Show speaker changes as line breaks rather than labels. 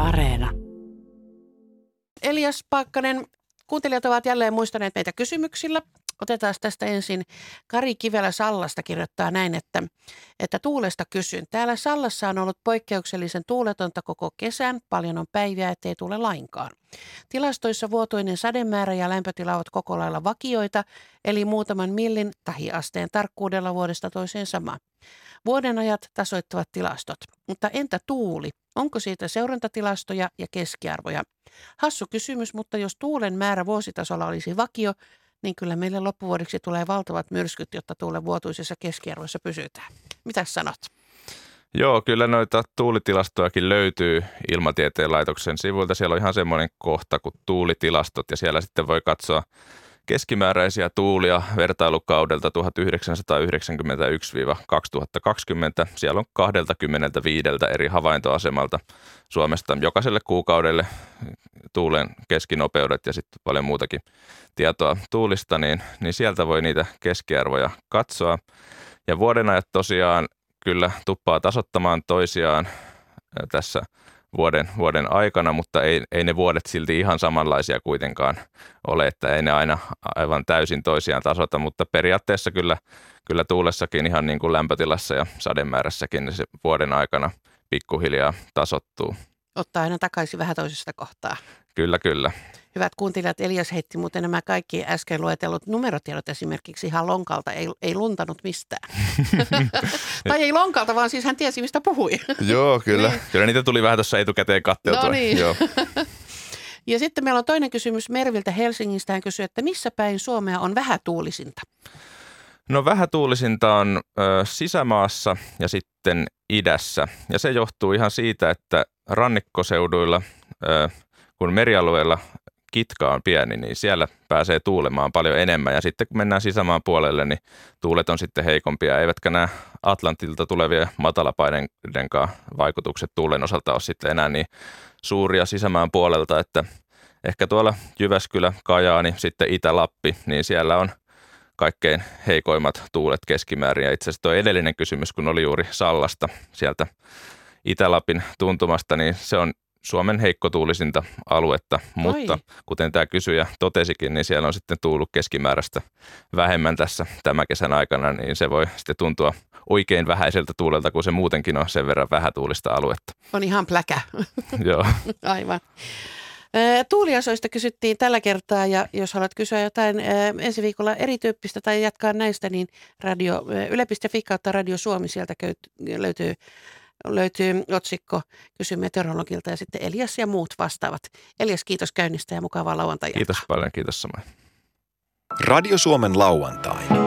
Areena.
Elias Paakkanen, kuuntelijat ovat jälleen muistaneet meitä kysymyksillä. Otetaan tästä ensin. Kari Kivelä Sallasta kirjoittaa näin, että tuulesta kysyn. Täällä Sallassa on ollut poikkeuksellisen tuuletonta koko kesän. Paljon on päiviä, ettei tule lainkaan. Tilastoissa vuotuinen sademäärä ja lämpötila ovat koko lailla vakioita, eli muutaman millin tahiasteen tarkkuudella vuodesta toiseen sama. Vuodenajat tasoittavat tilastot. Mutta entä tuuli? Onko siitä seurantatilastoja ja keskiarvoja? Hassu kysymys, mutta jos tuulen määrä vuositasolla olisi vakio, niin kyllä meille loppuvuodeksi tulee valtavat myrskyt, jotta tuulen vuotuisessa keskiarvoissa pysytään. Mitäs sanot?
Joo, kyllä noita tuulitilastojakin löytyy Ilmatieteen laitoksen sivuilta. Siellä on ihan semmoinen kohta kuin tuulitilastot ja siellä sitten voi katsoa keskimääräisiä tuulia vertailukaudelta 1991-2020. Siellä on 25 eri havaintoasemalta Suomesta jokaiselle kuukaudelle tuulen keskinopeudet ja sitten paljon muutakin tietoa tuulista, niin sieltä voi niitä keskiarvoja katsoa. Ja vuodenajat tosiaan kyllä tuppaa tasoittamaan toisiaan tässä vuoden aikana, mutta ei ne vuodet silti ihan samanlaisia kuitenkaan ole, että ei ne aina aivan täysin toisiaan tasoita, mutta periaatteessa kyllä tuulessakin ihan niin kuin lämpötilassa ja sademäärässäkin niin se vuoden aikana pikkuhiljaa tasoittuu. Ottaa
aina takaisin vähän toisesta kohtaa.
Kyllä.
Hyvät kuuntelijat, Elias heitti muuten nämä kaikki äsken luetellut numerotiedot esimerkiksi ihan lonkalta, ei luntanut mistään. Tai ei lonkalta, vaan siis hän tiesi, mistä puhui.
Joo, kyllä. Niin. Kyllä niitä tuli vähän tuossa etukäteen katteltua.
No niin. Joo. Ja sitten meillä on toinen kysymys Merviltä Helsingistä. Hän kysyy, että missä päin Suomea on vähätuulisinta?
No vähätuulisinta on sisämaassa ja sitten idässä. Ja se johtuu ihan siitä, että rannikkoseuduilla, kun merialueella kitka on pieni, niin siellä pääsee tuulemaan paljon enemmän. Ja sitten kun mennään sisämaan puolelle, niin tuulet on sitten heikompia. Eivätkä nämä Atlantilta tulevia matalapaineiden vaikutukset tuulen osalta ole sitten enää niin suuria sisämaan puolelta, että ehkä tuolla Jyväskylä, Kajaani, sitten Itä-Lappi, niin siellä on kaikkein heikoimmat tuulet keskimäärin. Ja itse asiassa tuo edellinen kysymys, kun oli juuri Sallasta sieltä Itä-Lapin tuntumasta, niin se on Suomen heikkotuulisinta aluetta, mutta kuten tämä kysyjä totesikin, niin siellä on sitten tuullut keskimääräistä vähemmän tässä tämän kesän aikana, niin se voi sitten tuntua oikein vähäiseltä tuulelta, kun se muutenkin on sen verran vähätuulista aluetta.
On ihan pläkä.
Joo.
Aivan. Tuuliasoista kysyttiin tällä kertaa ja jos haluat kysyä jotain ensi viikolla erityyppistä tai jatkaa näistä, niin yle.fi kautta Radio Suomi sieltä löytyy otsikko Kysy meteorologilta ja sitten Elias ja muut vastaavat. Elias, kiitos käynnistä ja mukavaa lauantai.
Kiitos paljon, kiitos samoin.
Radio Suomen lauantai.